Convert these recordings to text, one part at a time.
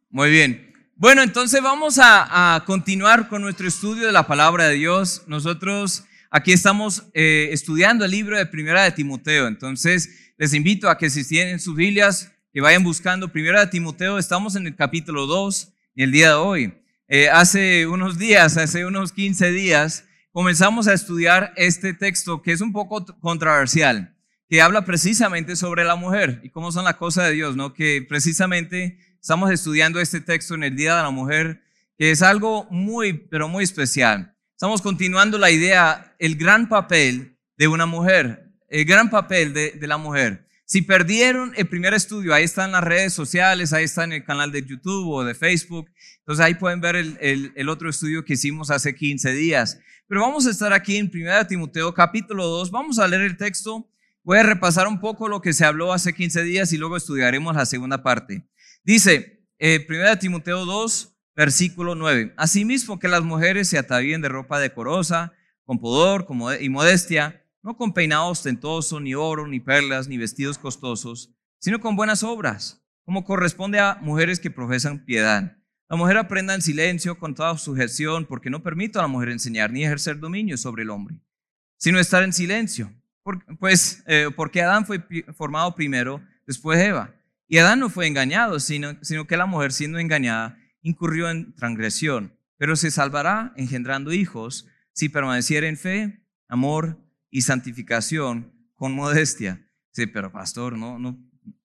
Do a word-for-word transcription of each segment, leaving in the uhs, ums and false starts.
Muy bien. Bueno, entonces vamos a, a continuar con nuestro estudio de la palabra de Dios. Nosotros aquí estamos eh, estudiando el libro de Primera de Timoteo. Entonces les invito a que si tienen sus Biblias, que vayan buscando Primera de Timoteo. Estamos en el capítulo dos y el día de hoy. Eh, hace unos días, hace unos quince días, comenzamos a estudiar este texto que es un poco controversial, que habla precisamente sobre la mujer y cómo son las cosas de Dios, ¿no? Que precisamente estamos estudiando este texto en el Día de la Mujer, que es algo muy, pero muy especial. Estamos continuando la idea, el gran papel de una mujer, el gran papel de, de la mujer. Si perdieron el primer estudio, ahí están las redes sociales, ahí está en el canal de YouTube o de Facebook. Entonces ahí pueden ver el, el, el otro estudio que hicimos hace quince días. Pero vamos a estar aquí en Primera de Timoteo capítulo dos, vamos a leer el texto. Voy a repasar un poco lo que se habló hace quince días y luego estudiaremos la segunda parte. Dice, eh, Primera de Timoteo dos, versículo nueve. Asimismo que las mujeres se atavíen de ropa decorosa, con pudor y modestia, no con peinado ostentoso, ni oro, ni perlas, ni vestidos costosos, sino con buenas obras, como corresponde a mujeres que profesan piedad. La mujer aprenda en silencio, con toda sujeción, porque no permito a la mujer enseñar ni ejercer dominio sobre el hombre, sino estar en silencio. Por, pues, eh, porque Adán fue formado primero, después Eva. Y Adán no fue engañado, sino, sino que la mujer, siendo engañada, incurrió en transgresión. Pero se salvará engendrando hijos si permaneciera en fe, amor y santificación con modestia. Sí, pero pastor, no, no,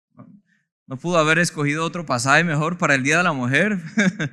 no pudo haber escogido otro pasaje mejor para el Día de la Mujer.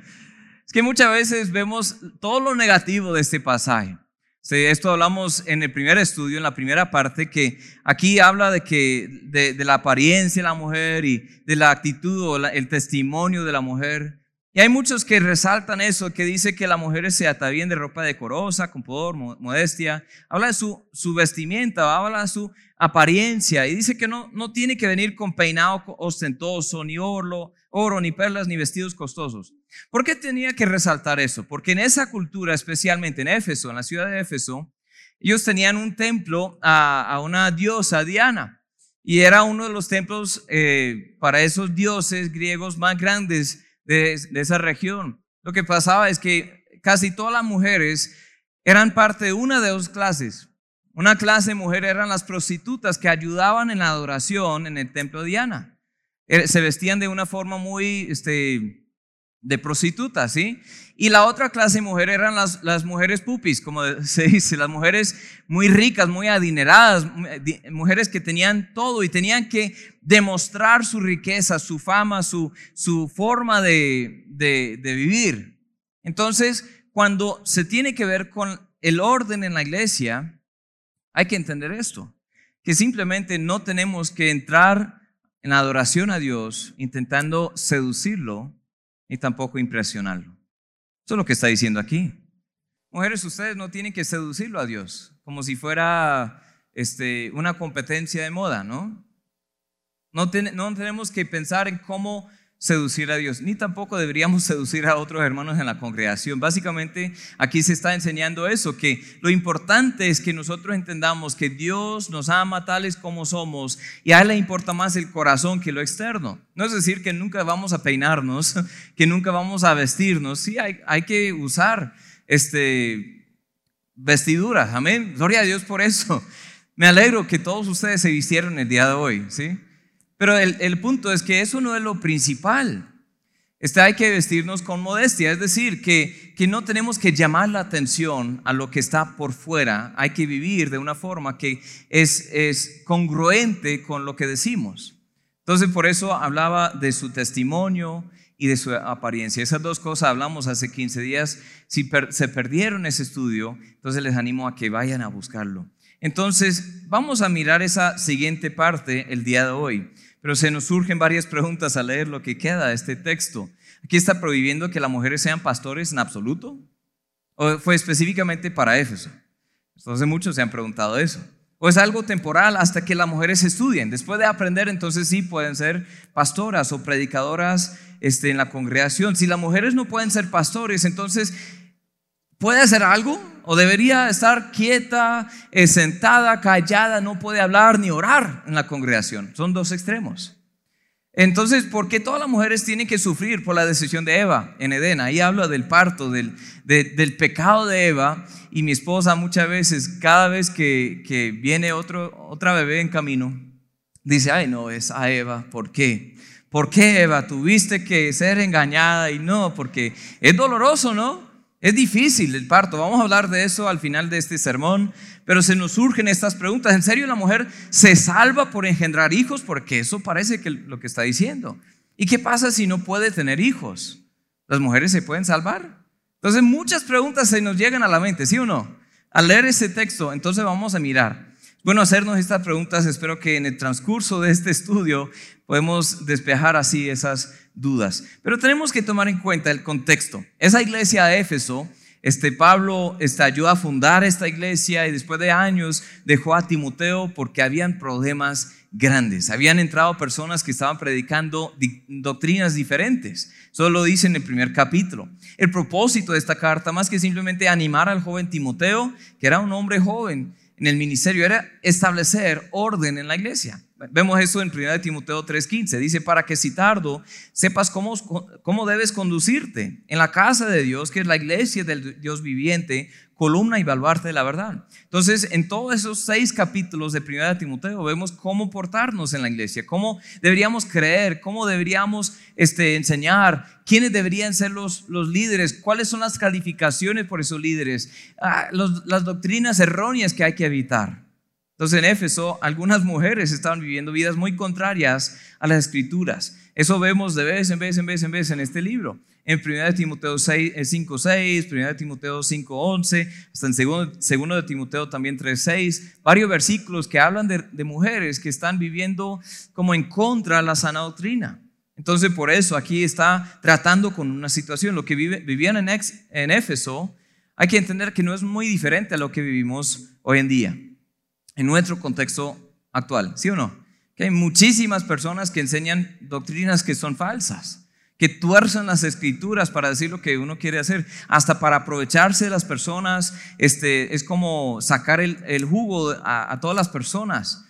Es que muchas veces vemos todo lo negativo de este pasaje. Sí, esto hablamos en el primer estudio, en la primera parte, que aquí habla de, que, de, de la apariencia de la mujer y de la actitud o la, el testimonio de la mujer. Y hay muchos que resaltan eso, que dice que la mujer se atavíen de ropa decorosa, con pudor, modestia. Habla de su, su vestimenta, habla de su apariencia y dice que no, no tiene que venir con peinado ostentoso, ni oro, oro, ni perlas, ni vestidos costosos. ¿Por qué tenía que resaltar eso? Porque en esa cultura, especialmente en Éfeso, en la ciudad de Éfeso, ellos tenían un templo a, a una diosa, Diana, y era uno de los templos eh, para esos dioses griegos más grandes de, de esa región. Lo que pasaba es que casi todas las mujeres eran parte de una de dos clases. Una clase de mujeres eran las prostitutas que ayudaban en la adoración en el templo de Diana. Se vestían de una forma muy este, de prostitutas, ¿sí? Y la otra clase de mujeres eran las, las mujeres pupis, como se dice, las mujeres muy ricas, muy adineradas, mujeres que tenían todo y tenían que demostrar su riqueza, su fama, su, su forma de, de, de vivir. Entonces, cuando se tiene que ver con el orden en la iglesia, hay que entender esto, que simplemente no tenemos que entrar en la adoración a Dios intentando seducirlo ni tampoco impresionarlo. Eso es lo que está diciendo aquí. Mujeres, ustedes no tienen que seducirlo a Dios como si fuera este, una competencia de moda, ¿no? No, ten, no tenemos que pensar en cómo seducir a Dios, ni tampoco deberíamos seducir a otros hermanos en la congregación. Básicamente aquí se está enseñando eso, que lo importante es que nosotros entendamos que Dios nos ama tales como somos y a Él le importa más el corazón que lo externo. No es decir que nunca vamos a peinarnos, que nunca vamos a vestirnos. Sí, hay, hay que usar este, vestiduras, amén, gloria a Dios por eso. Me alegro que todos ustedes se vistieron el día de hoy, ¿sí? Pero el, el punto es que eso no es lo principal. Este, hay que vestirnos con modestia, es decir, que, que no tenemos que llamar la atención a lo que está por fuera. Hay que vivir de una forma que es, es congruente con lo que decimos. Entonces, por eso hablaba de su testimonio y de su apariencia. Esas dos cosas hablamos hace quince días. Si per, se perdieron ese estudio, entonces les animo a que vayan a buscarlo. Entonces, vamos a mirar esa siguiente parte el día de hoy. Pero se nos surgen varias preguntas al leer lo que queda de este texto. ¿Aquí está prohibiendo que las mujeres sean pastores en absoluto? ¿O fue específicamente para Éfeso? Entonces muchos se han preguntado eso. ¿O es algo temporal hasta que las mujeres estudien? Después de aprender, entonces sí pueden ser pastoras o predicadoras este, en la congregación. Si las mujeres no pueden ser pastores, entonces ¿puede hacer algo? ¿O debería estar quieta, eh, sentada, callada, no puede hablar ni orar en la congregación? Son dos extremos. Entonces, ¿por qué todas las mujeres tienen que sufrir por la decisión de Eva en Edén? Ahí habla del parto, del, de, del pecado de Eva. Y mi esposa muchas veces, cada vez que, que viene otro, otra bebé en camino, dice, ay no, es a Eva, ¿por qué? ¿Por qué, Eva? Tuviste que ser engañada. Y no, porque es doloroso, ¿no? Es difícil el parto. Vamos a hablar de eso al final de este sermón. Pero se nos surgen estas preguntas. ¿En serio la mujer se salva por engendrar hijos? Porque eso parece que lo que está diciendo. ¿Y qué pasa si no puede tener hijos? ¿Las mujeres se pueden salvar? Entonces muchas preguntas se nos llegan a la mente, ¿sí o no? Al leer este texto, entonces vamos a mirar. Bueno, hacernos estas preguntas. Espero que en el transcurso de este estudio podemos despejar así esas dudas. Pero tenemos que tomar en cuenta el contexto. Esa iglesia de Éfeso, este Pablo este, ayudó a fundar esta iglesia y después de años dejó a Timoteo porque habían problemas grandes. Habían entrado personas que estaban predicando di- doctrinas diferentes. Eso lo dice en el primer capítulo. El propósito de esta carta, más que simplemente animar al joven Timoteo, que era un hombre joven en el ministerio, era establecer orden en la iglesia. Vemos eso en primera de Timoteo tres quince. Dice, para que si tardo sepas cómo, cómo debes conducirte en la casa de Dios, que es la iglesia del Dios viviente, columna y baluarte de la verdad. Entonces, en todos esos seis capítulos de primera de Timoteo vemos cómo portarnos en la iglesia, cómo deberíamos creer, cómo deberíamos este, enseñar, quiénes deberían ser los, los líderes, cuáles son las calificaciones por esos líderes, ah, los, las doctrinas erróneas que hay que evitar. Entonces en Éfeso algunas mujeres estaban viviendo vidas muy contrarias a las escrituras. Eso vemos de vez en vez en vez en vez en este libro. En primera de Timoteo cinco seis, primera de Timoteo cinco once, hasta en segundo de Timoteo también tres seis, varios versículos que hablan de, de mujeres que están viviendo como en contra de la sana doctrina. Entonces por eso aquí está tratando con una situación. Lo que vive, vivían en, ex, en Éfeso, hay que entender que no es muy diferente a lo que vivimos hoy en día, en nuestro contexto actual, ¿sí o no? Que hay muchísimas personas que enseñan doctrinas que son falsas, que tuercen las escrituras para decir lo que uno quiere hacer, hasta para aprovecharse de las personas. Este, es como sacar el, el jugo a, a todas las personas.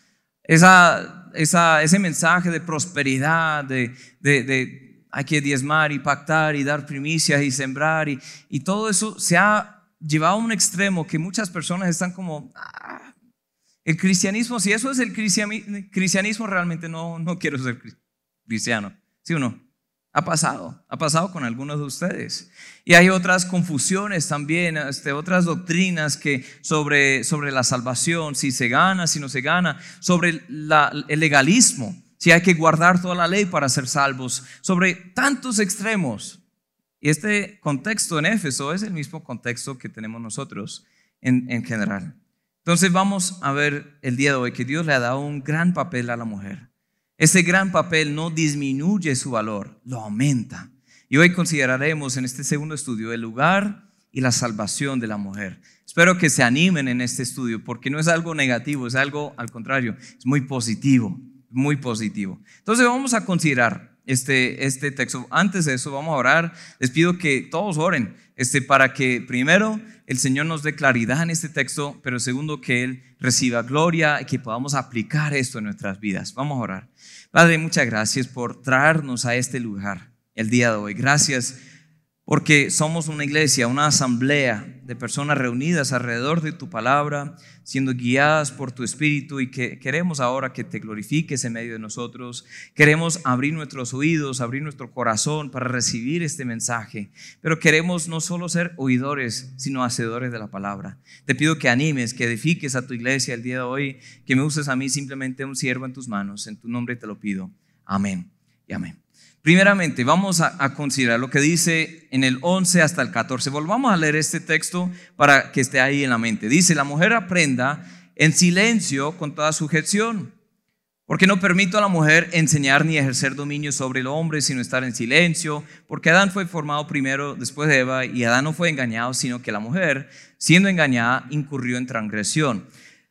Esa, esa, ese mensaje de prosperidad, de, de, de hay que diezmar y pactar y dar primicias y sembrar, y, y todo eso se ha llevado a un extremo que muchas personas están como... Ah, el cristianismo, si eso es el cristianismo, realmente no, no quiero ser cristiano. ¿Sí o no? Ha pasado, ha pasado con algunos de ustedes. Y hay otras confusiones también, este, otras doctrinas que sobre, sobre la salvación, si se gana, si no se gana, sobre la, el legalismo, si hay que guardar toda la ley para ser salvos, sobre tantos extremos. Y este contexto en Éfeso es el mismo contexto que tenemos nosotros en, en general. Entonces vamos a ver el día de hoy que Dios le ha dado un gran papel a la mujer. Ese gran papel no disminuye su valor, lo aumenta. Y hoy consideraremos en este segundo estudio el lugar y la salvación de la mujer. Espero que se animen en este estudio porque no es algo negativo, es algo al contrario, es muy positivo, muy positivo. Entonces vamos a considerar este, este texto. Antes de eso vamos a orar. Les pido que todos oren este, para que primero el Señor nos dé claridad en este texto, pero segundo que Él reciba gloria y que podamos aplicar esto en nuestras vidas. Vamos a orar. Padre, muchas gracias por traernos a este lugar el día de hoy. Gracias porque somos una iglesia, una asamblea de personas reunidas alrededor de tu palabra, siendo guiadas por tu Espíritu, y que queremos ahora que te glorifiques en medio de nosotros. Queremos abrir nuestros oídos, abrir nuestro corazón para recibir este mensaje, pero queremos no solo ser oidores, sino hacedores de la palabra. Te pido que animes, que edifiques a tu iglesia el día de hoy, que me uses a mí simplemente un siervo en tus manos. En tu nombre te lo pido. Amén y amén. Primeramente vamos a, a considerar lo que dice en el once hasta el catorce. Volvamos a leer este texto para que esté ahí en la mente. Dice: la mujer aprenda en silencio con toda sujeción, porque no permito a la mujer enseñar ni ejercer dominio sobre el hombre, sino estar en silencio, porque Adán fue formado primero después de Eva, y Adán no fue engañado, sino que la mujer, siendo engañada, incurrió en transgresión.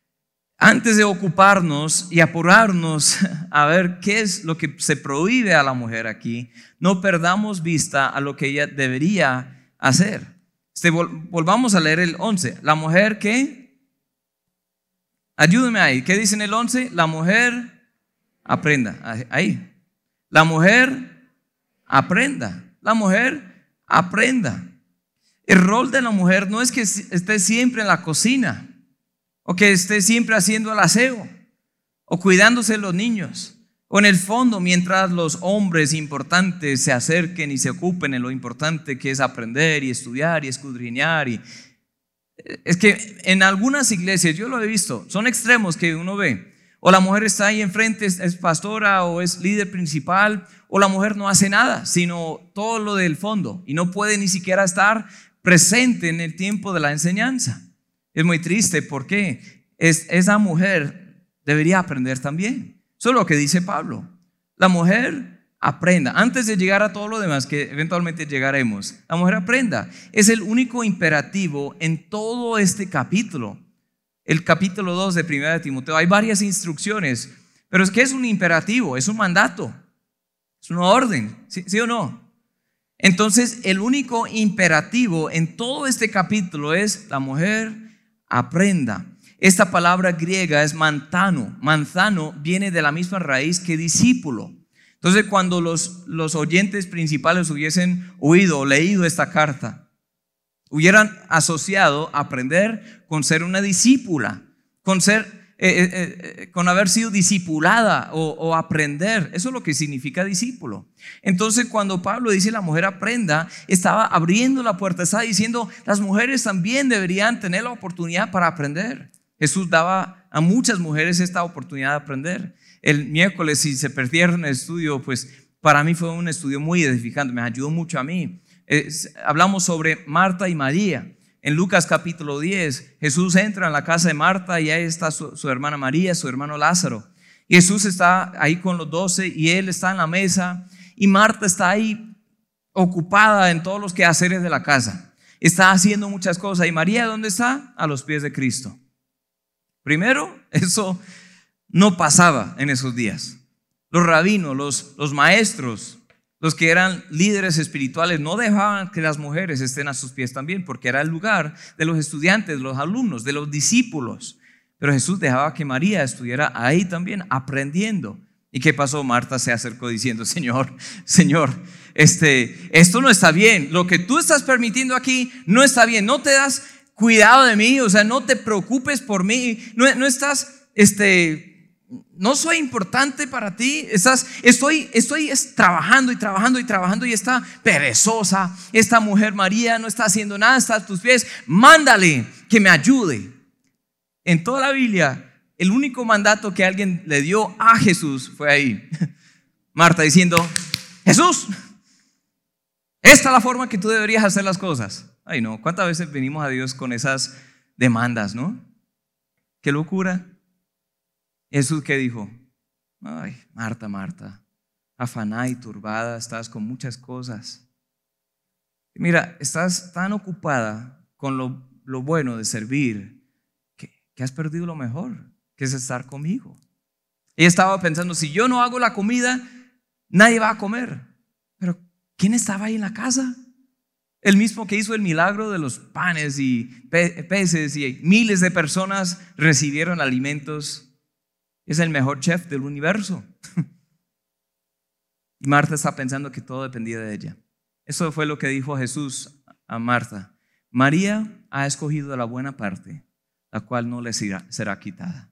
Antes de ocuparnos y apurarnos a ver qué es lo que se prohíbe a la mujer aquí, no perdamos vista a lo que ella debería hacer. Este, vol- volvamos a leer el once. La mujer, ¿qué? Ayúdeme ahí. ¿Qué dice en el once? La mujer aprenda. Ahí. La mujer aprenda. La mujer aprenda. El rol de la mujer no es que esté siempre en la cocina o que esté siempre haciendo el aseo o cuidándose de los niños o en el fondo mientras los hombres importantes se acerquen y se ocupen en lo importante que es aprender y estudiar y escudriñar. Y es que en algunas iglesias, yo lo he visto, son extremos que uno ve. O la mujer está ahí enfrente, es, es pastora o es líder principal, o la mujer no hace nada, sino todo lo del fondo y no puede ni siquiera estar presente en el tiempo de la enseñanza. Es muy triste porque es, esa mujer debería aprender también. Eso es lo que dice Pablo. La mujer aprenda. Antes de llegar a todo lo demás que eventualmente llegaremos, la mujer aprenda. Es el único imperativo en todo este capítulo. El capítulo dos de primera de Timoteo. Hay varias instrucciones, pero es que es un imperativo, es un mandato, es una orden, ¿sí, sí o no? Entonces, el único imperativo en todo este capítulo es la mujer aprenda. Esta palabra griega es mantano. Manzano viene de la misma raíz que discípulo. Entonces, cuando los, los oyentes principales hubiesen oído o leído esta carta, hubieran asociado aprender con ser una discípula, con ser Eh, eh, eh, con haber sido discipulada o, o aprender. Eso es lo que significa discípulo. Entonces, cuando Pablo dice la mujer aprenda, estaba abriendo la puerta, estaba diciendo las mujeres también deberían tener la oportunidad para aprender. Jesús daba a muchas mujeres esta oportunidad de aprender. El miércoles, si se perdieron el estudio, pues para mí fue un estudio muy edificante, me ayudó mucho a mí. Eh, hablamos sobre Marta y María. En Lucas capítulo diez, Jesús entra en la casa de Marta y ahí está su, su hermana María, su hermano Lázaro. Y Jesús está ahí con los doce y él está en la mesa y Marta está ahí ocupada en todos los quehaceres de la casa. Está haciendo muchas cosas. ¿Y María dónde está? A los pies de Cristo. Primero, eso no pasaba en esos días. Los rabinos, los, los maestros, los que eran líderes espirituales no dejaban que las mujeres estén a sus pies también, porque era el lugar de los estudiantes, de los alumnos, de los discípulos. Pero Jesús dejaba que María estuviera ahí también aprendiendo. ¿Y qué pasó? Marta se acercó diciendo: Señor, Señor, este, esto no está bien. Lo que tú estás permitiendo aquí no está bien. No te das cuidado de mí, o sea, no te preocupes por mí. No, no estás, este... no soy importante para ti. Estás, estoy, estoy trabajando y trabajando y trabajando y está perezosa. Esta mujer María no está haciendo nada, está a tus pies. Mándale que me ayude. En toda la Biblia, el único mandato que alguien le dio a Jesús fue ahí. Marta diciendo: Jesús, esta es la forma que tú deberías hacer las cosas. Ay no, ¿cuántas veces venimos a Dios con esas demandas, no? Qué locura. Jesús, ¿qué dijo? Ay, Marta, Marta, afanada y turbada, estás con muchas cosas. Mira, estás tan ocupada con lo, lo bueno de servir que, que has perdido lo mejor, que es estar conmigo. Ella estaba pensando: si yo no hago la comida, nadie va a comer. Pero ¿quién estaba ahí en la casa? El mismo que hizo el milagro de los panes y pe- peces y miles de personas recibieron alimentos. Es el mejor chef del universo. Y Marta está pensando que todo dependía de ella. Eso fue lo que dijo Jesús a Marta: María ha escogido la buena parte, la cual no le será, será quitada.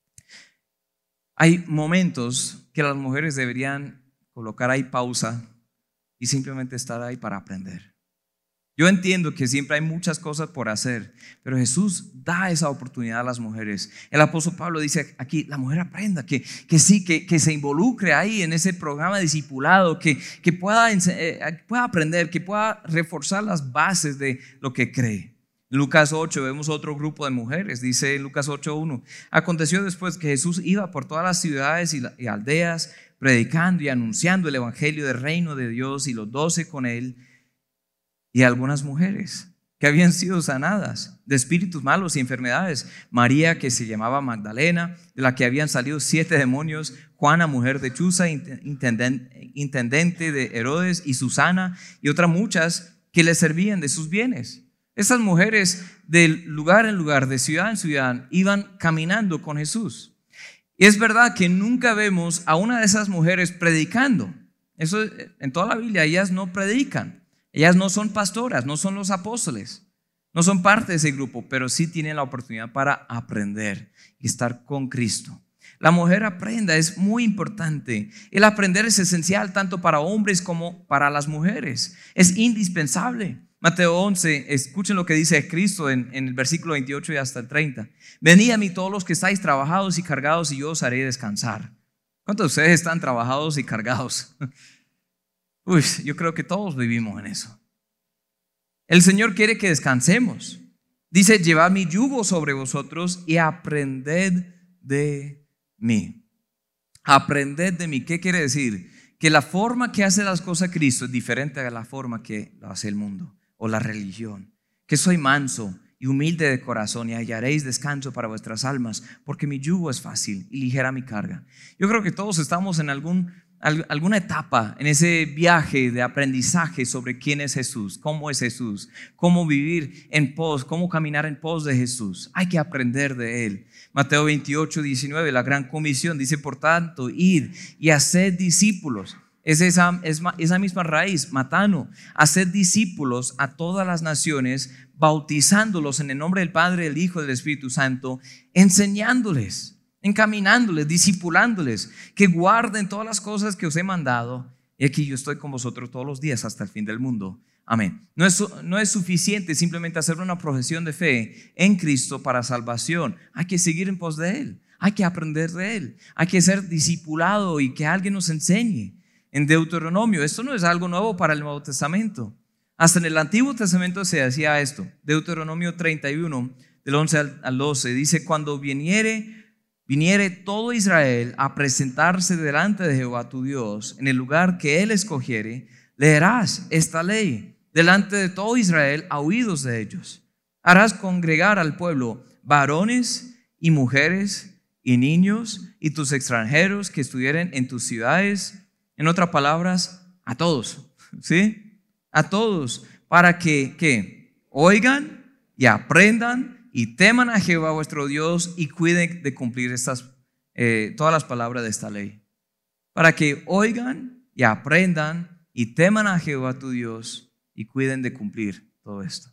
Hay momentos que las mujeres deberían colocar ahí pausa y simplemente estar ahí para aprender. Yo entiendo que siempre hay muchas cosas por hacer, pero Jesús da esa oportunidad a las mujeres. El apóstol Pablo dice aquí: la mujer aprenda, que, que sí, que, que se involucre ahí en ese programa discipulado, que, que pueda, eh, pueda aprender, que pueda reforzar las bases de lo que cree. En Lucas ocho vemos otro grupo de mujeres. Dice en Lucas ocho uno: aconteció después que Jesús iba por todas las ciudades y, y aldeas, predicando y anunciando el evangelio del reino de Dios, y los doce con él, y algunas mujeres que habían sido sanadas de espíritus malos y enfermedades. María, que se llamaba Magdalena, de la que habían salido siete demonios; Juana, mujer de Chuza, intendente de Herodes; y Susana, y otras muchas que le servían de sus bienes. Estas mujeres, de lugar en lugar, de ciudad en ciudad, iban caminando con Jesús. Y es verdad que nunca vemos a una de esas mujeres predicando. Eso en toda la Biblia, ellas no predican. Ellas no son pastoras, no son los apóstoles. No son parte de ese grupo, pero sí tienen la oportunidad para aprender y estar con Cristo. La mujer aprenda, es muy importante. El aprender es esencial tanto para hombres como para las mujeres. Es indispensable. Mateo once, escuchen lo que dice Cristo en, en el versículo veintiocho y hasta el treinta. Venid a mí todos los que estáis trabajados y cargados y yo os haré descansar. ¿Cuántos de ustedes están trabajados y cargados? Uy, yo creo que todos vivimos en eso. El Señor quiere que descansemos. Dice, llevad mi yugo sobre vosotros y aprended de mí. Aprended de mí. ¿Qué quiere decir? Que la forma que hace las cosas Cristo es diferente a la forma que lo hace el mundo o la religión. Que soy manso y humilde de corazón y hallaréis descanso para vuestras almas, porque mi yugo es fácil y ligera mi carga. Yo creo que todos estamos en algún, alguna etapa en ese viaje de aprendizaje sobre quién es Jesús, cómo es Jesús, cómo vivir en pos, cómo caminar en pos de Jesús. Hay que aprender de Él. Mateo veintiocho, diecinueve, la gran comisión dice, por tanto, id y haced discípulos. Es esa, es esa misma raíz, matano, haced discípulos a todas las naciones, bautizándolos en el nombre del Padre, del Hijo y del Espíritu Santo, enseñándoles, encaminándoles, discipulándoles, que guarden todas las cosas que os he mandado. Y aquí yo estoy con vosotros todos los días hasta el fin del mundo. Amén. No es, no es suficiente simplemente hacer una profesión de fe en Cristo para salvación. Hay que seguir en pos de Él. Hay que aprender de Él. Hay que ser discipulado y que alguien nos enseñe. En Deuteronomio, esto no es algo nuevo para el Nuevo Testamento. Hasta en el Antiguo Testamento se hacía esto. Deuteronomio treinta y uno, del once al doce, dice, cuando viniere, viniere todo Israel a presentarse delante de Jehová tu Dios, en el lugar que Él escogiere, leerás esta ley delante de todo Israel a oídos de ellos. Harás congregar al pueblo varones y mujeres y niños y tus extranjeros que estuvieren en tus ciudades. En otras palabras, a todos, ¿sí? A todos, para que, que oigan y aprendan y teman a Jehová vuestro Dios y cuiden de cumplir estas, eh, todas las palabras de esta ley. Para que oigan y aprendan y teman a Jehová tu Dios y cuiden de cumplir todo esto.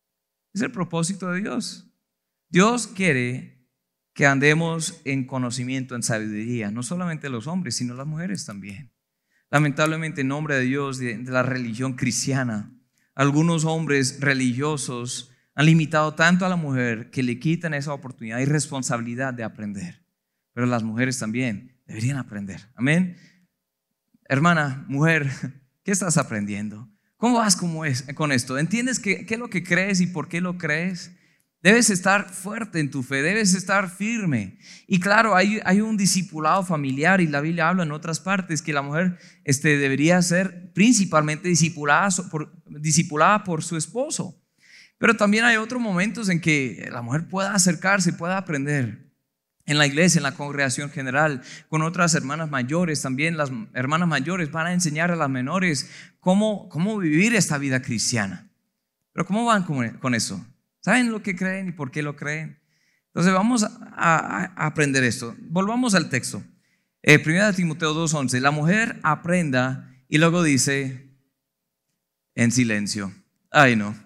Es el propósito de Dios. Dios quiere que andemos en conocimiento, en sabiduría, no solamente los hombres, sino las mujeres también. Lamentablemente, en nombre de Dios, de, de la religión cristiana, algunos hombres religiosos han limitado tanto a la mujer que le quitan esa oportunidad y responsabilidad de aprender. Pero las mujeres también deberían aprender. Amén. Hermana, mujer, ¿qué estás aprendiendo? ¿Cómo vas con esto? ¿Entiendes qué, qué es lo que crees y por qué lo crees? Debes estar fuerte en tu fe, debes estar firme. Y claro, hay, hay un discipulado familiar y la Biblia habla en otras partes que la mujer este, debería ser principalmente discipulada por, discipulada por su esposo. Pero también hay otros momentos en que la mujer pueda acercarse, pueda aprender. En la iglesia, en la congregación general, con otras hermanas mayores, también las hermanas mayores van a enseñar a las menores cómo, cómo vivir esta vida cristiana. Pero ¿cómo van con, con eso? ¿Saben lo que creen y por qué lo creen? Entonces vamos a, a, a aprender esto. Volvamos al texto. Eh, Primera de Timoteo dos once. La mujer aprenda y luego dice en silencio. Ay no.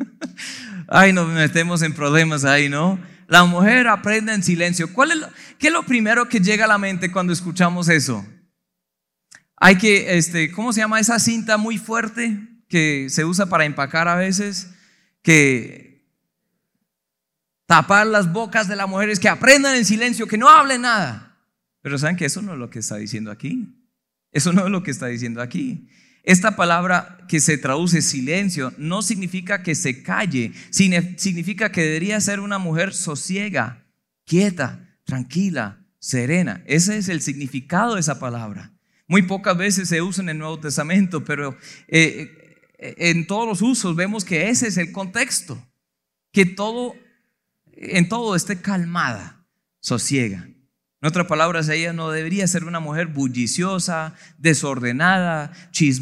Ay nos metemos en problemas ahí, ¿no? La mujer aprenda en silencio. ¿Cuál es lo, ¿Qué es lo primero que llega a la mente cuando escuchamos eso? Hay que, este, ¿cómo se llama esa cinta muy fuerte que se usa para empacar a veces? Que tapar las bocas de las mujeres, que aprendan en silencio, que no hablen nada. Pero saben que eso no es lo que está diciendo aquí. Eso no es lo que está diciendo aquí. Esta palabra que se traduce silencio no significa que se calle, significa que debería ser una mujer sosiega, quieta, tranquila, serena. Ese es el significado de esa palabra. Muy pocas veces se usa en el Nuevo Testamento, pero eh, en todos los usos vemos que ese es el contexto, que todo en todo esté calmada, sosiega. En otras palabras, ella no debería ser una mujer bulliciosa, desordenada,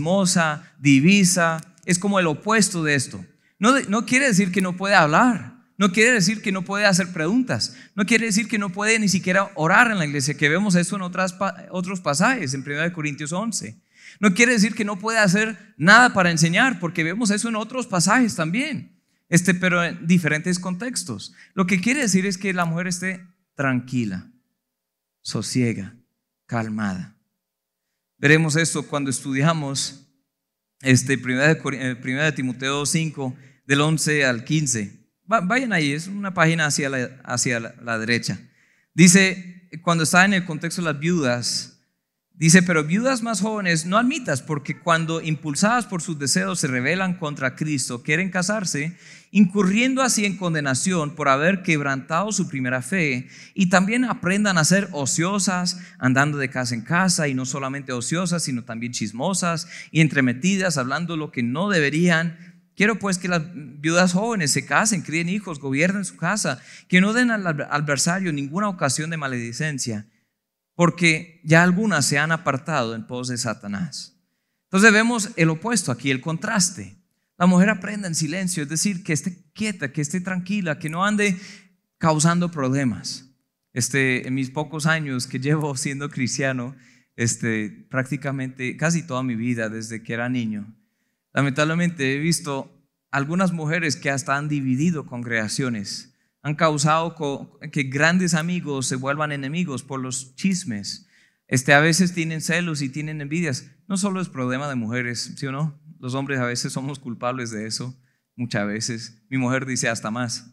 chismosa, divisa. Es como el opuesto de esto. No, no quiere decir que no puede hablar, No quiere decir que no puede hacer preguntas. No quiere decir que no puede ni siquiera orar en la iglesia, que vemos eso en otras, otros pasajes, en primera de Corintios once. No quiere decir que no puede hacer nada para enseñar, porque vemos eso en otros pasajes también, este, pero en diferentes contextos. Lo que quiere decir es que la mujer esté tranquila, sosiega, calmada. Veremos esto cuando estudiamos este, primera, de, primera de Timoteo cinco, del once al quince. Vayan ahí, es una página hacia la, hacia la, la derecha. Dice, cuando está en el contexto de las viudas, dice, pero viudas más jóvenes no admitas, porque cuando impulsadas por sus deseos se rebelan contra Cristo, quieren casarse, incurriendo así en condenación por haber quebrantado su primera fe, y también aprendan a ser ociosas, andando de casa en casa, y no solamente ociosas, sino también chismosas y entremetidas, hablando lo que no deberían. Quiero pues que las viudas jóvenes se casen, críen hijos, gobiernen su casa, que no den al adversario ninguna ocasión de maledicencia, porque ya algunas se han apartado en pos de Satanás. Entonces vemos el opuesto aquí, el contraste. La mujer aprenda en silencio, es decir, que esté quieta, que esté tranquila, que no ande causando problemas. Este, en mis pocos años que llevo siendo cristiano, este, prácticamente casi toda mi vida desde que era niño, lamentablemente he visto algunas mujeres que hasta han dividido congregaciones, han causado que grandes amigos se vuelvan enemigos por los chismes. Este, a veces tienen celos y tienen envidias. No solo es problema de mujeres, ¿sí o no? Los hombres a veces somos culpables de eso, muchas veces. Mi mujer dice hasta más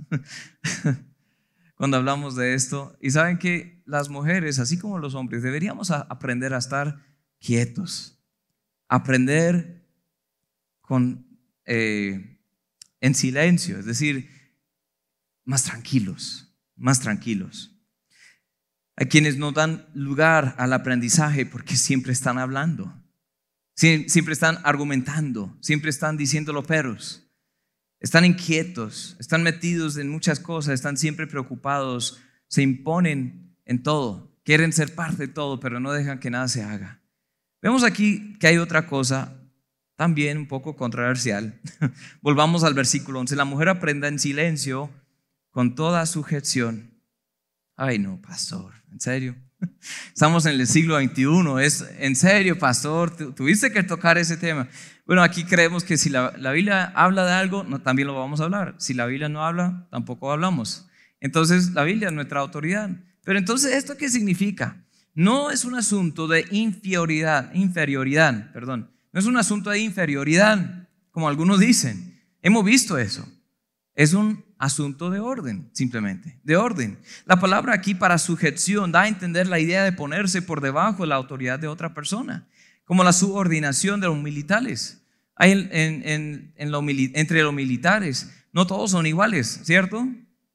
cuando hablamos de esto. Y saben que las mujeres, así como los hombres, deberíamos aprender a estar quietos, aprender con, eh, en silencio, es decir, más tranquilos, más tranquilos. Hay quienes no dan lugar al aprendizaje porque siempre están hablando, siempre están argumentando, siempre están diciendo peros, están inquietos, están metidos en muchas cosas, están siempre preocupados, se imponen en todo, quieren ser parte de todo, pero no dejan que nada se haga. Vemos aquí que hay otra cosa también un poco controversial. Volvamos al versículo once. La mujer aprenda en silencio con toda sujeción. Ay no, pastor, ¿en serio? Estamos en el siglo veintiuno, ¿es en serio, pastor? ¿Tuviste que tocar ese tema? Bueno, aquí creemos que si la, la Biblia habla de algo, no, también lo vamos a hablar. Si la Biblia no habla, tampoco hablamos. Entonces la Biblia es nuestra autoridad. Pero entonces, ¿esto qué significa? No es un asunto de inferioridad, inferioridad, perdón. No es un asunto de inferioridad, como algunos dicen. Hemos visto eso. Es un asunto de orden, simplemente, de orden. La palabra aquí para sujeción da a entender la idea de ponerse por debajo de la autoridad de otra persona, como la subordinación de los militares. Hay en, en, en, en lo, entre los militares, no todos son iguales, ¿cierto?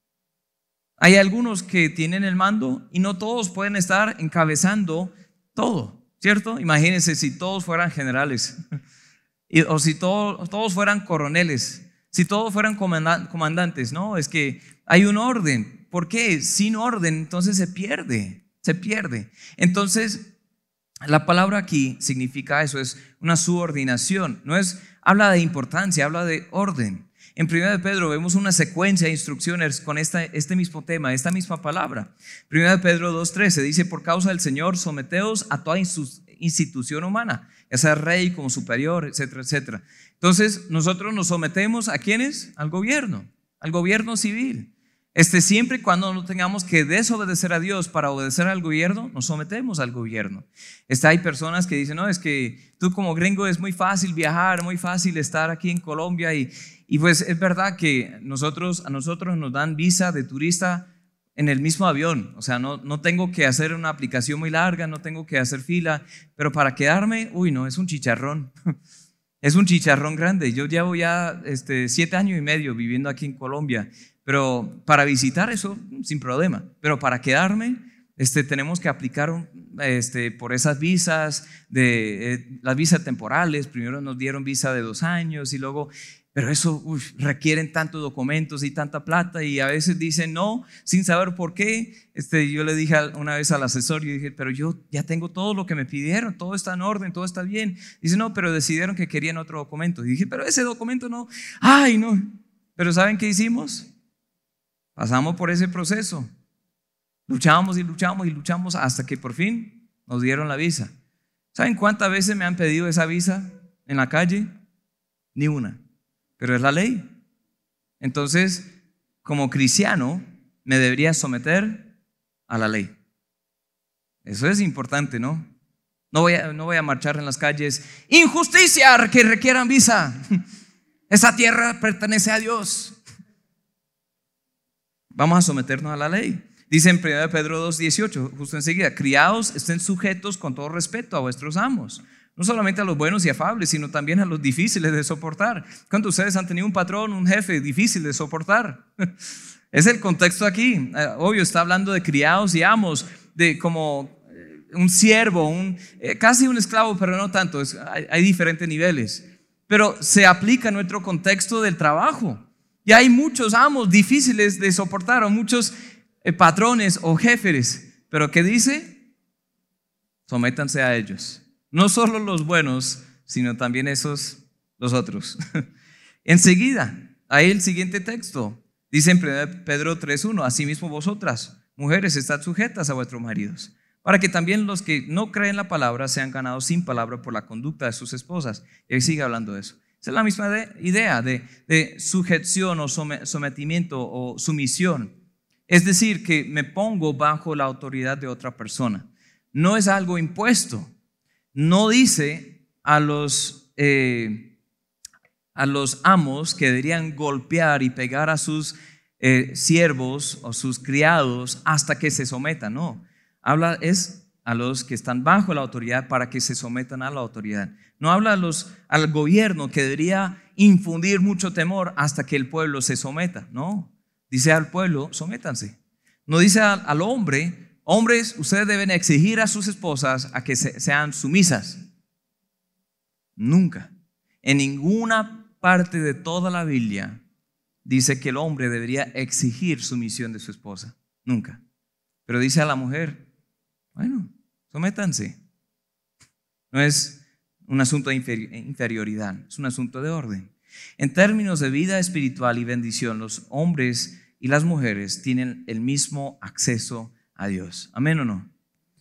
Hay algunos que tienen el mando y no todos pueden estar encabezando todo, ¿cierto? Imagínense si todos fueran generales o si todo, todos fueran coroneles. Si todos fueran comandantes, no, es que hay un orden. ¿Por qué? Sin orden, entonces se pierde, se pierde. Entonces, la palabra aquí significa eso, es una subordinación. No es, habla de importancia, habla de orden. En primera de Pedro vemos una secuencia de instrucciones con esta, este mismo tema, esta misma palabra. primera de Pedro dos trece dice, por causa del Señor, someteos a toda institución humana, ya sea rey como superior, etcétera, etcétera. Entonces, nosotros nos sometemos ¿a quiénes? Al gobierno, al gobierno civil. Este, siempre y cuando no tengamos que desobedecer a Dios para obedecer al gobierno, nos sometemos al gobierno. Este, hay personas que dicen, no, es que tú como gringo es muy fácil viajar, muy fácil estar aquí en Colombia y, y pues es verdad que nosotros, a nosotros nos dan visa de turista en el mismo avión, o sea, no, no tengo que hacer una aplicación muy larga, no tengo que hacer fila, pero para quedarme, uy no, es un chicharrón. Es un chicharrón grande. Yo llevo ya este, siete años y medio viviendo aquí en Colombia, pero para visitar eso sin problema. Pero para quedarme este, tenemos que aplicar un, este, por esas visas, de, eh, las visas temporales. Primero nos dieron visa de dos años y luego, pero eso uf, requieren tantos documentos y tanta plata y a veces dicen no, sin saber por qué. Este, yo le dije una vez al asesor, yo dije, pero yo ya tengo todo lo que me pidieron, todo está en orden, todo está bien. Dice, no, pero decidieron que querían otro documento. Y dije, pero ese documento no, ay no. Pero ¿saben qué hicimos? Pasamos por ese proceso. Luchamos y luchamos y luchamos hasta que por fin nos dieron la visa. ¿Saben cuántas veces me han pedido esa visa en la calle? Ni una. Pero es la ley. Entonces, como cristiano, me debería someter a la ley. Eso es importante, ¿no? No voy a, no voy a marchar en las calles. Injusticia que requieran visa. Esa tierra pertenece a Dios. Vamos a someternos a la ley. Dice en primera Pedro dos dieciocho, justo enseguida: criados, estén sujetos con todo respeto a vuestros amos, no solamente a los buenos y afables, sino también a los difíciles de soportar. ¿Cuántos de ustedes han tenido un patrón, un jefe difícil de soportar? Es el contexto aquí. Obvio, está hablando de criados y amos, de como un siervo, un, eh, casi un esclavo, pero no tanto. Es, hay, hay diferentes niveles. Pero se aplica a nuestro contexto del trabajo. Y hay muchos amos difíciles de soportar, o muchos eh, patrones o jefes. Pero ¿qué dice? Sométanse a ellos. No solo los buenos, sino también esos, los otros. Enseguida, ahí el siguiente texto. Dice en primera Pedro tres uno: asimismo vosotras, mujeres, estad sujetas a vuestros maridos, para que también los que no creen la palabra sean ganados sin palabra por la conducta de sus esposas. Y ahí sigue hablando de eso. Esa es la misma de, idea de, de sujeción o sometimiento o sumisión. Es decir, que me pongo bajo la autoridad de otra persona. No es algo impuesto. No dice a los, eh, a los amos que deberían golpear y pegar a sus eh, siervos o sus criados hasta que se sometan. No, habla es a los que están bajo la autoridad para que se sometan a la autoridad. No habla a los, al gobierno que debería infundir mucho temor hasta que el pueblo se someta. No, dice al pueblo, sométanse. No dice al, al hombre, hombres, ustedes deben exigir a sus esposas a que se, sean sumisas. Nunca. En ninguna parte de toda la Biblia dice que el hombre debería exigir sumisión de su esposa. Nunca. Pero dice a la mujer, bueno, sométanse. No es un asunto de inferioridad, es un asunto de orden. En términos de vida espiritual y bendición, los hombres y las mujeres tienen el mismo acceso a Dios. ¿Amén o no?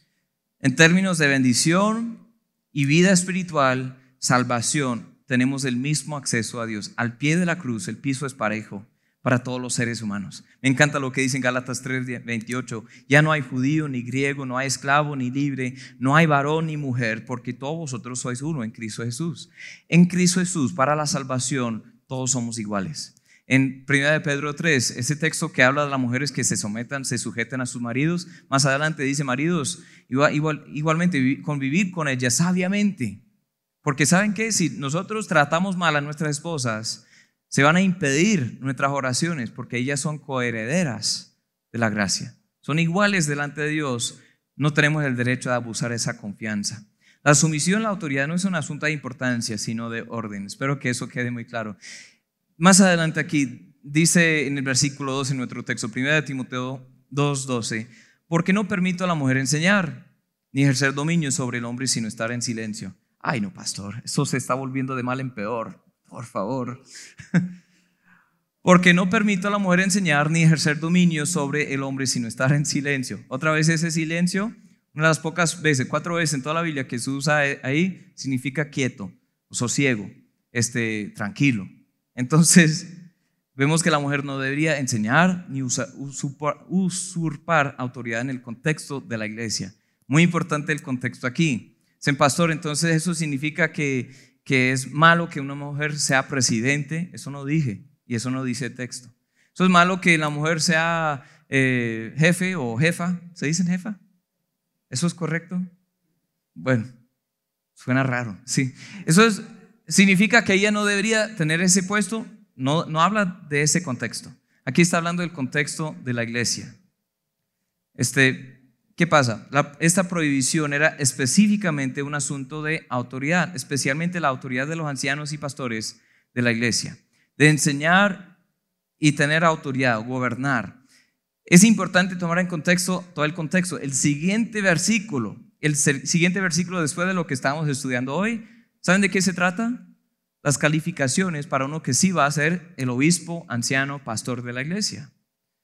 En términos de bendición y vida espiritual, salvación, tenemos el mismo acceso a Dios. Al pie de la cruz, el piso es parejo para todos los seres humanos. Me encanta lo que dice en Gálatas tres veintiocho: ya no hay judío ni griego, no hay esclavo ni libre, no hay varón ni mujer, porque todos vosotros sois uno en Cristo Jesús. En Cristo Jesús, para la salvación, todos somos iguales. En primera de Pedro tres, ese texto que habla de las mujeres que se sometan, se sujeten a sus maridos, más adelante dice: maridos, igual, igual, igualmente convivir con ellas sabiamente. Porque ¿saben qué? Si nosotros tratamos mal a nuestras esposas, se van a impedir nuestras oraciones, porque ellas son coherederas de la gracia. Son iguales delante de Dios. No tenemos el derecho de abusar de esa confianza. La sumisión a la autoridad no es un asunto de importancia, sino de orden. Espero que eso quede muy claro. Más adelante aquí dice en el versículo dos en nuestro texto, primera de Timoteo dos doce: porque no permito a la mujer enseñar, ni ejercer dominio sobre el hombre, sino estar en silencio. Ay no, pastor, eso se está volviendo de mal en peor. Por favor. Porque no permito a la mujer enseñar ni ejercer dominio sobre el hombre, sino estar en silencio. Otra vez ese silencio, una de las pocas veces, cuatro veces en toda la Biblia que se usa ahí, significa quieto, sosiego, este, tranquilo. Entonces, vemos que la mujer no debería enseñar ni usurpar, usurpar autoridad en el contexto de la iglesia. Muy importante el contexto aquí. Dicen, pastor, entonces eso significa que que es malo que una mujer sea presidente. Eso no dije, y eso no dice el texto. Eso es malo que la mujer sea eh, jefe o jefa. ¿Se dicen jefa? ¿Eso es correcto? Bueno, suena raro, sí. Eso es, significa que ella no debería tener ese puesto. No, no habla de ese contexto. Aquí está hablando del contexto de la iglesia. Este ¿Qué pasa? La, esta prohibición era específicamente un asunto de autoridad, especialmente la autoridad de los ancianos y pastores de la iglesia, de enseñar y tener autoridad, gobernar. Es importante tomar en contexto todo el contexto. El siguiente versículo, el siguiente versículo después de lo que estamos estudiando hoy, ¿saben de qué se trata? Las calificaciones para uno que sí va a ser el obispo, anciano, pastor de la iglesia.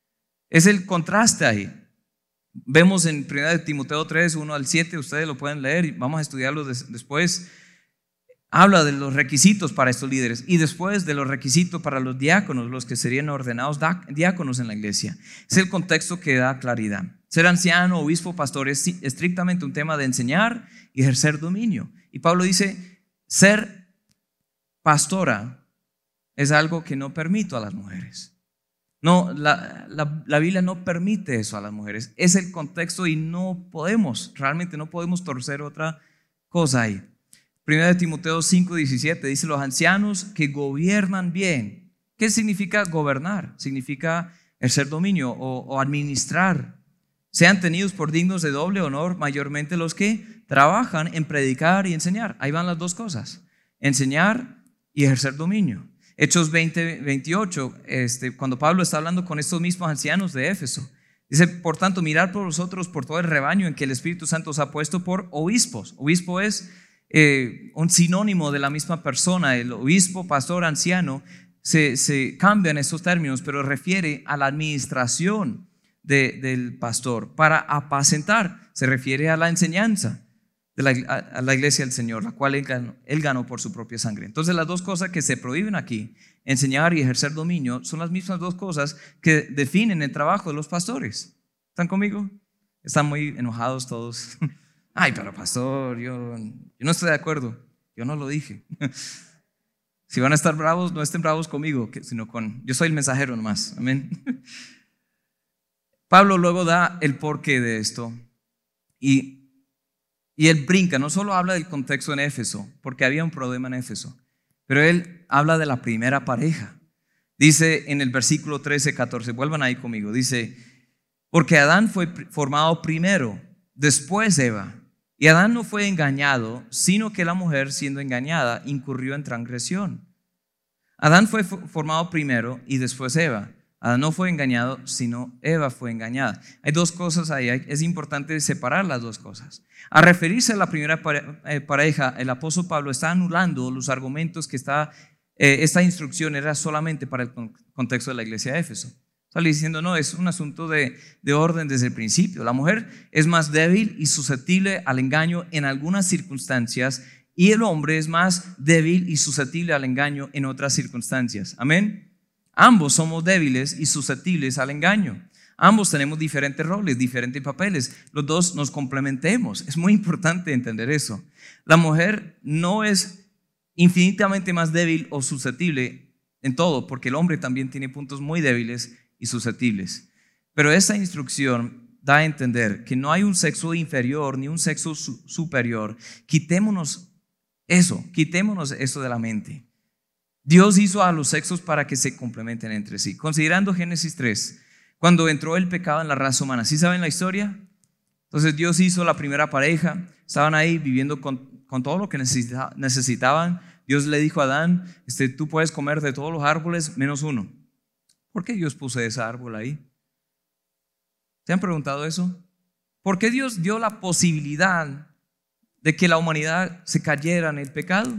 Es el contraste ahí. Vemos en primera de Timoteo tres, uno al siete, ustedes lo pueden leer y vamos a estudiarlo des- después. Habla de los requisitos para estos líderes y después de los requisitos para los diáconos, los que serían ordenados diáconos en la iglesia. Es el contexto que da claridad. Ser anciano, obispo, pastor es estrictamente un tema de enseñar y ejercer dominio. Y Pablo dice, ser pastora es algo que no permito a las mujeres. No, la, la, la Biblia no permite eso a las mujeres. Es el contexto y no podemos, realmente no podemos torcer otra cosa ahí. Primera de Timoteo cinco diecisiete dice: los ancianos que gobiernan bien. ¿Qué significa gobernar? Significa ejercer dominio o, o administrar. Sean tenidos por dignos de doble honor, mayormente los que trabajan en predicar y enseñar. Ahí van las dos cosas: enseñar y ejercer dominio. Hechos veinte veintiocho, este, cuando Pablo está hablando con estos mismos ancianos de Éfeso, dice: por tanto, mirad por vosotros, por todo el rebaño en que el Espíritu Santo os ha puesto por obispos. Obispo es eh, un sinónimo de la misma persona. El obispo, pastor, anciano, se, se cambian estos términos, pero refiere a la administración de, del pastor. Para apacentar, se refiere a la enseñanza de la, a la iglesia del Señor, la cual él ganó, él ganó por su propia sangre. Entonces las dos cosas que se prohíben aquí, enseñar y ejercer dominio, son las mismas dos cosas que definen el trabajo de los pastores. ¿Están conmigo? Están muy enojados todos. Ay, pero pastor, yo, yo no estoy de acuerdo. Yo no lo dije. Si van a estar bravos, no estén bravos conmigo, sino con, yo soy el mensajero nomás. Amén. Pablo luego da el porqué de esto y Y él brinca, no solo habla del contexto en Éfeso, porque había un problema en Éfeso, pero él habla de la primera pareja. Dice en el versículo trece, catorce, vuelvan ahí conmigo, dice: porque Adán fue formado primero, después Eva. Y Adán no fue engañado, sino que la mujer, siendo engañada, incurrió en transgresión. Adán fue formado primero y después Eva. Adán no fue engañado, sino Eva fue engañada. Hay dos cosas ahí, es importante separar las dos cosas. Al referirse a la primera pareja, el apóstol Pablo está anulando los argumentos que está, eh, esta instrucción era solamente para el contexto de la iglesia de Éfeso. Está diciendo, no, es un asunto de, de orden desde el principio. La mujer es más débil y susceptible al engaño en algunas circunstancias, y el hombre es más débil y susceptible al engaño en otras circunstancias. Amén. Ambos somos débiles y susceptibles al engaño. Ambos tenemos diferentes roles, diferentes papeles. Los dos nos complementemos. Es muy importante entender eso. La mujer no es infinitamente más débil o susceptible en todo, porque el hombre también tiene puntos muy débiles y susceptibles. Pero esta instrucción da a entender que no hay un sexo inferior ni un sexo su- superior. Quitémonos eso, quitémonos eso de la mente. Dios hizo a los sexos para que se complementen entre sí. Considerando Génesis tres, cuando entró el pecado en la raza humana, ¿sí saben la historia? Entonces Dios hizo la primera pareja, estaban ahí viviendo con, con todo lo que necesita, necesitaban. Dios le dijo a Adán, este, tú puedes comer de todos los árboles menos uno. ¿Por qué Dios puso ese árbol ahí? ¿Se han preguntado eso? ¿Por qué Dios dio la posibilidad de que la humanidad se cayera en el pecado?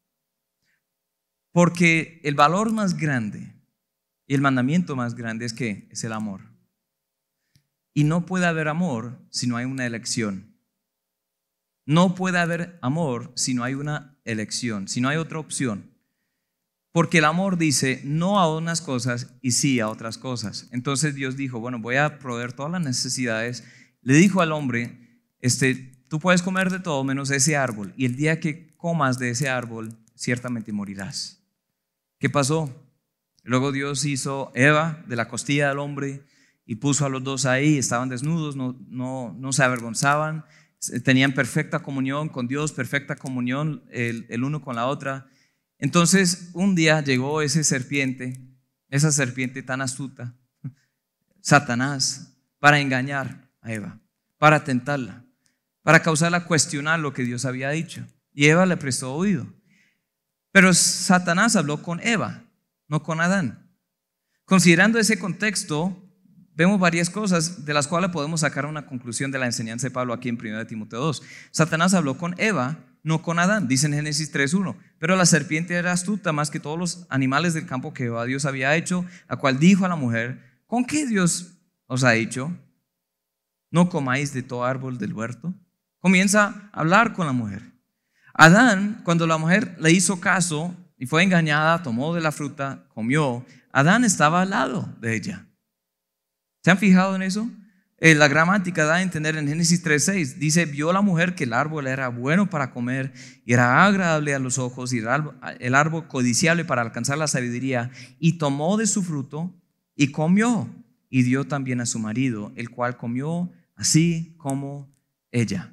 Porque el valor más grande y el mandamiento más grande es que es el amor. Y no puede haber amor si no hay una elección. No puede haber amor si no hay una elección, si no hay otra opción. Porque el amor dice no a unas cosas y sí a otras cosas. Entonces Dios dijo, bueno, voy a proveer todas las necesidades. Le dijo al hombre, este, tú puedes comer de todo menos ese árbol, y el día que comas de ese árbol, ciertamente morirás. ¿Qué pasó? Luego Dios hizo Eva de la costilla del hombre y puso a los dos ahí. Estaban desnudos, no, no, no se avergonzaban, tenían perfecta comunión con Dios, perfecta comunión el, el uno con la otra. Entonces un día llegó ese serpiente, esa serpiente tan astuta, Satanás, para engañar a Eva, para tentarla, para causarla a cuestionar lo que Dios había dicho. Y Eva le prestó oído. Pero Satanás habló con Eva, no con Adán. Considerando ese contexto, vemos varias cosas de las cuales podemos sacar una conclusión de la enseñanza de Pablo aquí en primera de Timoteo dos. Satanás habló con Eva, no con Adán, dice en Génesis tres uno. Pero la serpiente era astuta más que todos los animales del campo que Dios había hecho, la cual dijo a la mujer, ¿con qué Dios os ha dicho, no comáis de todo árbol del huerto? Comienza a hablar con la mujer. Adán, cuando la mujer le hizo caso y fue engañada, tomó de la fruta, comió, Adán estaba al lado de ella. ¿Se han fijado en eso? Eh, la gramática da a entender en Génesis tres seis, dice, vio la mujer que el árbol era bueno para comer y era agradable a los ojos y el árbol, el árbol codiciable para alcanzar la sabiduría, y tomó de su fruto y comió y dio también a su marido, el cual comió así como ella.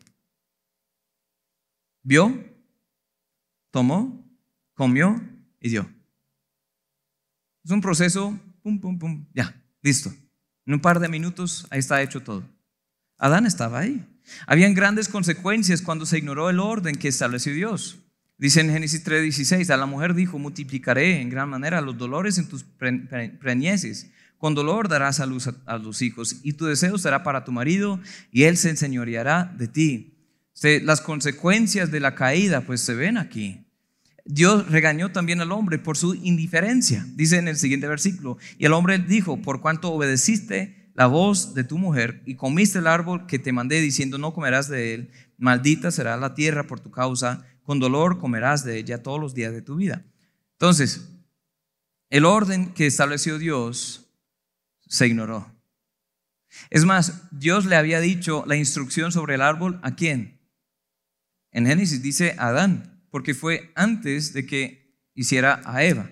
¿Vio? Tomó, comió y dio. Es un proceso, pum, pum, pum, ya, listo. En un par de minutos, ahí está hecho todo. Adán estaba ahí. Habían grandes consecuencias cuando se ignoró el orden que estableció Dios. Dice en Génesis tres dieciséis, a la mujer dijo, multiplicaré en gran manera los dolores en tus preñeces. Con dolor darás a luz a, a los hijos, y tu deseo será para tu marido, y él se enseñoreará de ti. Las consecuencias de la caída pues se ven aquí. Dios regañó también al hombre por su indiferencia. Dice en el siguiente versículo, y el hombre dijo, por cuanto obedeciste la voz de tu mujer y comiste el árbol que te mandé diciendo, no comerás de él, maldita será la tierra por tu causa, con dolor comerás de ella todos los días de tu vida. Entonces, el orden que estableció Dios se ignoró. Es más, Dios le había dicho la instrucción sobre el árbol, ¿a quién? En Génesis dice a Adán, porque fue antes de que hiciera a Eva.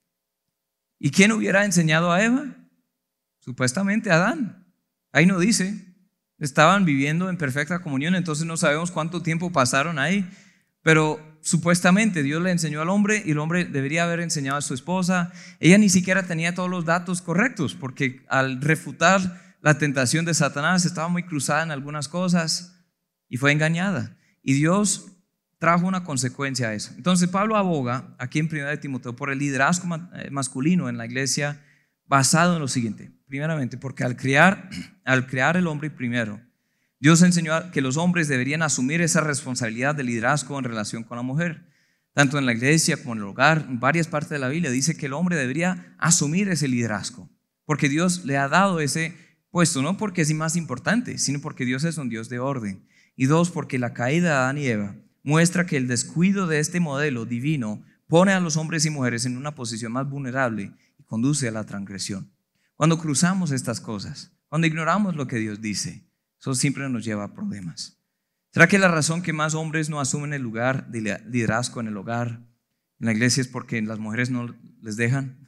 ¿Y quién hubiera enseñado a Eva? Supuestamente Adán. Ahí no dice. Estaban viviendo en perfecta comunión, entonces no sabemos cuánto tiempo pasaron ahí, pero supuestamente Dios le enseñó al hombre y el hombre debería haber enseñado a su esposa. Ella ni siquiera tenía todos los datos correctos, porque al refutar la tentación de Satanás estaba muy cruzada en algunas cosas y fue engañada. Y Dios trajo una consecuencia a eso. Entonces Pablo aboga aquí en primera de Timoteo por el liderazgo masculino en la iglesia, basado en lo siguiente. Primeramente, porque al crear, al crear el hombre primero, Dios enseñó que los hombres deberían asumir esa responsabilidad de liderazgo en relación con la mujer. Tanto en la iglesia como en el hogar, en varias partes de la Biblia dice que el hombre debería asumir ese liderazgo, porque Dios le ha dado ese puesto, no porque es más importante, sino porque Dios es un Dios de orden. Y dos, porque la caída de Adán y Eva muestra que el descuido de este modelo divino pone a los hombres y mujeres en una posición más vulnerable y conduce a la transgresión. Cuando cruzamos estas cosas, cuando ignoramos lo que Dios dice, eso siempre nos lleva a problemas. ¿Será que la razón que más hombres no asumen el lugar de liderazgo en el hogar, en la iglesia, es porque las mujeres no les dejan?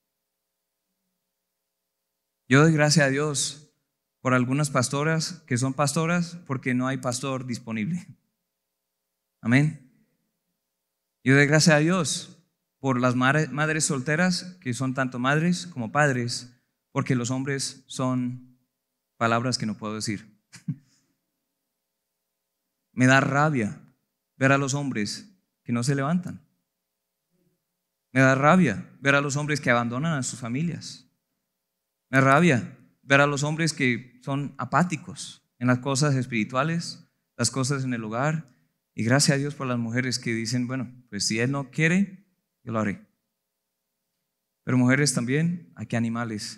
Yo doy gracias a Dios por algunas pastoras que son pastoras porque no hay pastor disponible. Amén. Yo doy gracias a Dios por las madres solteras que son tanto madres como padres, porque los hombres son palabras que no puedo decir. Me da rabia ver a los hombres que no se levantan. Me da rabia ver a los hombres que abandonan a sus familias. Me da rabia ver a los hombres que son apáticos en las cosas espirituales, las cosas en el hogar. Y gracias a Dios por las mujeres que dicen, bueno, pues si Él no quiere, yo lo haré. Pero mujeres también, hay que animarles.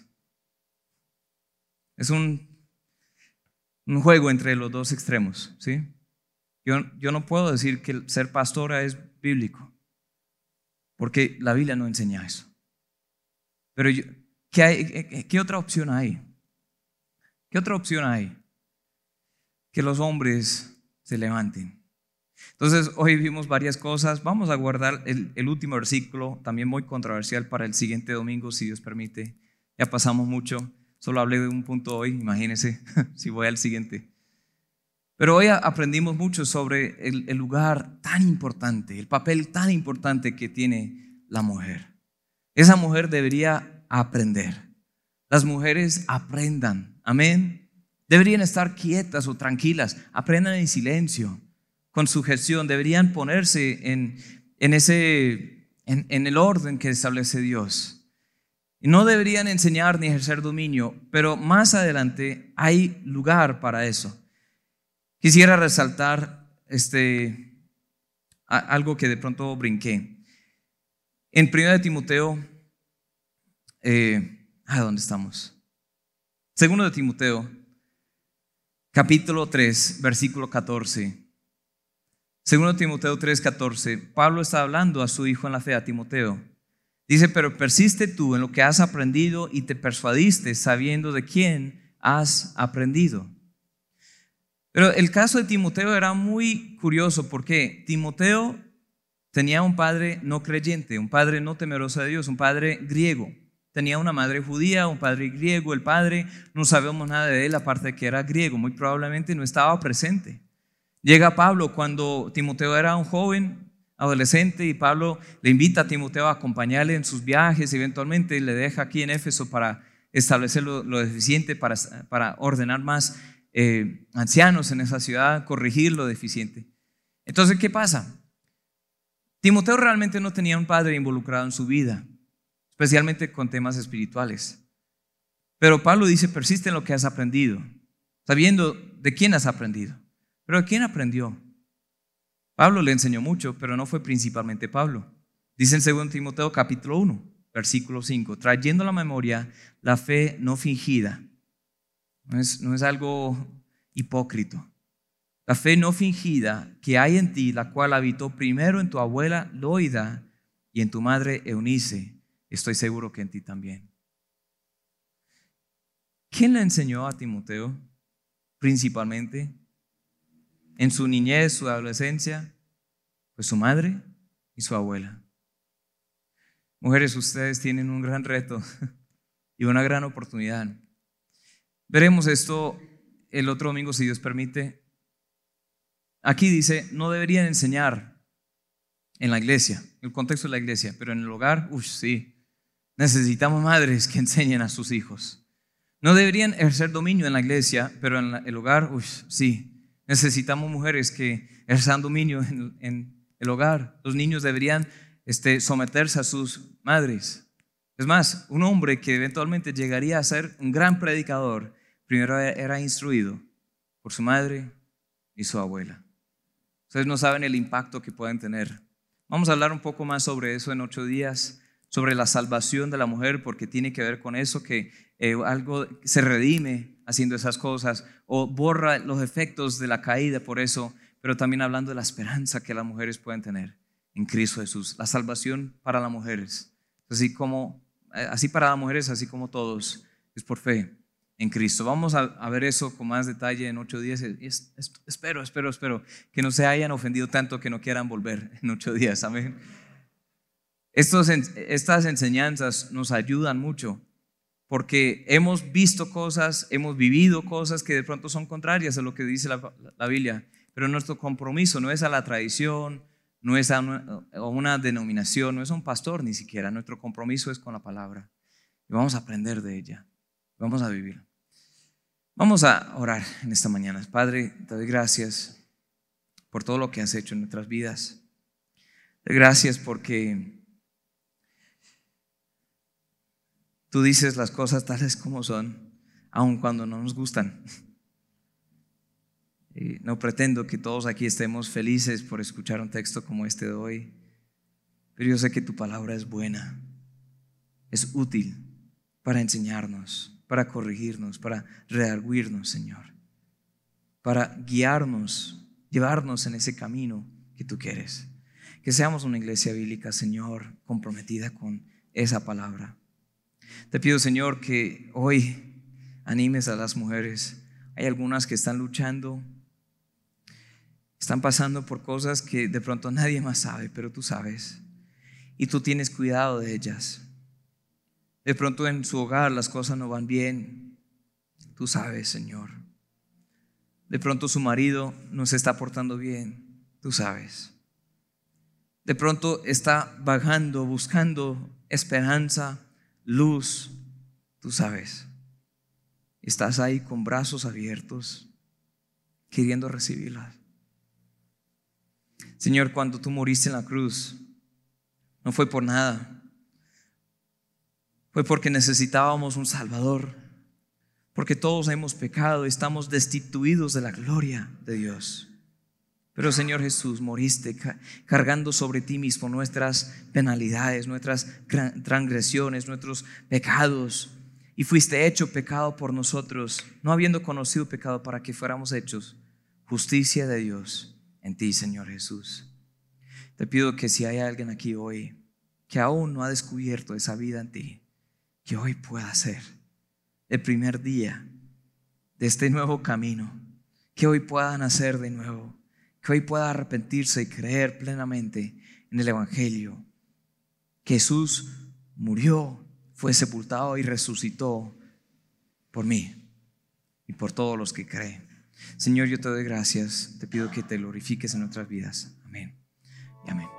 Es un, un juego entre los dos extremos, ¿sí? Yo, yo no puedo decir que ser pastora es bíblico, porque la Biblia no enseña eso. Pero yo, ¿qué, hay, ¿qué otra opción hay? ¿Qué otra opción hay? Que los hombres se levanten. Entonces hoy vimos varias cosas. Vamos a guardar el, el último versículo, también muy controversial, para el siguiente domingo, si Dios permite. Ya pasamos mucho, solo hablé de un punto hoy, imagínense si voy al siguiente. Pero hoy aprendimos mucho sobre el, el lugar tan importante, el papel tan importante que tiene la mujer. Esa mujer debería aprender. Las mujeres aprendan, amén. Deberían estar quietas o tranquilas, aprendan en silencio, con sujeción. Deberían ponerse en, en, ese, en, en el orden que establece Dios. Y no deberían enseñar ni ejercer dominio, pero más adelante hay lugar para eso. Quisiera resaltar este, algo que de pronto brinqué. En primera de Timoteo, eh, ¿a dónde estamos? Segundo de Timoteo, capítulo tres, versículo catorce. Segundo de Timoteo tres, catorce. Pablo está hablando a su hijo en la fe, a Timoteo. Dice, pero persiste tú en lo que has aprendido y te persuadiste sabiendo de quién has aprendido. Pero el caso de Timoteo era muy curioso porque Timoteo tenía un padre no creyente, un padre no temeroso de Dios, un padre griego. Tenía una madre judía, un padre griego. El padre no sabemos nada de él aparte de que era griego, muy probablemente no estaba presente. Llega Pablo cuando Timoteo era un joven adolescente y Pablo le invita a Timoteo a acompañarle en sus viajes, eventualmente le deja aquí en Éfeso para establecer lo, lo deficiente, para, para ordenar más eh, ancianos en esa ciudad, corregir lo deficiente. Entonces, ¿qué pasa? Timoteo realmente no tenía un padre involucrado en su vida, especialmente con temas espirituales. Pero Pablo dice, persiste en lo que has aprendido, sabiendo de quién has aprendido. ¿Pero de quién aprendió? Pablo le enseñó mucho, pero no fue principalmente Pablo. Dice en segundo Timoteo capítulo uno, versículo cinco, trayendo a la memoria la fe no fingida. No es, no es algo hipócrita. La fe no fingida que hay en ti, la cual habitó primero en tu abuela Loida y en tu madre Eunice. Estoy seguro que en ti también. ¿Quién le enseñó a Timoteo principalmente? En su niñez, su adolescencia, pues su madre y su abuela. Mujeres, ustedes tienen un gran reto y una gran oportunidad. Veremos esto el otro domingo, si Dios permite. Aquí dice, no deberían enseñar en la iglesia, en el contexto de la iglesia, pero en el hogar, uff, sí, necesitamos madres que enseñen a sus hijos. No deberían ejercer dominio en la iglesia, pero en la, el hogar, uff, sí. Necesitamos mujeres que ejerzan dominio en, en el hogar. Los niños deberían este, someterse a sus madres. Es más, un hombre que eventualmente llegaría a ser un gran predicador, primero era instruido por su madre y su abuela. Ustedes no saben el impacto que pueden tener. Vamos a hablar un poco más sobre eso en ocho días, sobre la salvación de la mujer, porque tiene que ver con eso, que eh, algo se redime haciendo esas cosas o borra los efectos de la caída por eso, pero también hablando de la esperanza que las mujeres pueden tener en Cristo Jesús, la salvación para las mujeres, así como así para las mujeres, así como todos, es por fe en Cristo. Vamos a, a ver eso con más detalle en ocho días. Es, es, espero, espero, espero que no se hayan ofendido tanto que no quieran volver en ocho días. Amén. Estos, estas enseñanzas nos ayudan mucho porque hemos visto cosas, hemos vivido cosas que de pronto son contrarias a lo que dice la, la Biblia, pero nuestro compromiso no es a la tradición, no es a una, a una denominación, no es a un pastor ni siquiera. Nuestro compromiso es con la palabra y vamos a aprender de ella, vamos a vivir. Vamos a orar en esta mañana. Padre, te doy gracias por todo lo que has hecho en nuestras vidas. Te doy gracias porque tú dices las cosas tales como son, aun cuando no nos gustan. Y no pretendo que todos aquí estemos felices por escuchar un texto como este de hoy, pero yo sé que tu palabra es buena, es útil para enseñarnos, para corregirnos, para redarguirnos, Señor, para guiarnos, llevarnos en ese camino que tú quieres. Que seamos una iglesia bíblica, Señor, comprometida con esa palabra. Te pido, Señor, que hoy animes a las mujeres. Hay algunas que están luchando, están pasando por cosas que de pronto nadie más sabe, pero tú sabes. Y tú tienes cuidado de ellas. De pronto en su hogar las cosas no van bien. Tú sabes, Señor. De pronto su marido no se está portando bien. Tú sabes. De pronto está vagando, buscando esperanza, luz. Tú sabes. Estás ahí con brazos abiertos, queriendo recibirla. Señor, cuando tú moriste en la cruz, no fue por nada. Fue porque necesitábamos un Salvador. Porque todos hemos pecado y estamos destituidos de la gloria de Dios. Pero Señor Jesús, moriste cargando sobre ti mismo nuestras penalidades, nuestras transgresiones, nuestros pecados. y fuiste hecho pecado por nosotros, no habiendo conocido pecado, para que fuéramos hechos justicia de Dios en ti, Señor Jesús. Te pido que si hay alguien aquí hoy que aún no ha descubierto esa vida en ti, que hoy pueda ser el primer día de este nuevo camino, que hoy pueda nacer de nuevo, que hoy pueda arrepentirse y creer plenamente en el Evangelio. Que Jesús murió, fue sepultado y resucitó por mí y por todos los que creen. Señor, yo te doy gracias, te pido que te glorifiques en nuestras vidas. Amén y amén.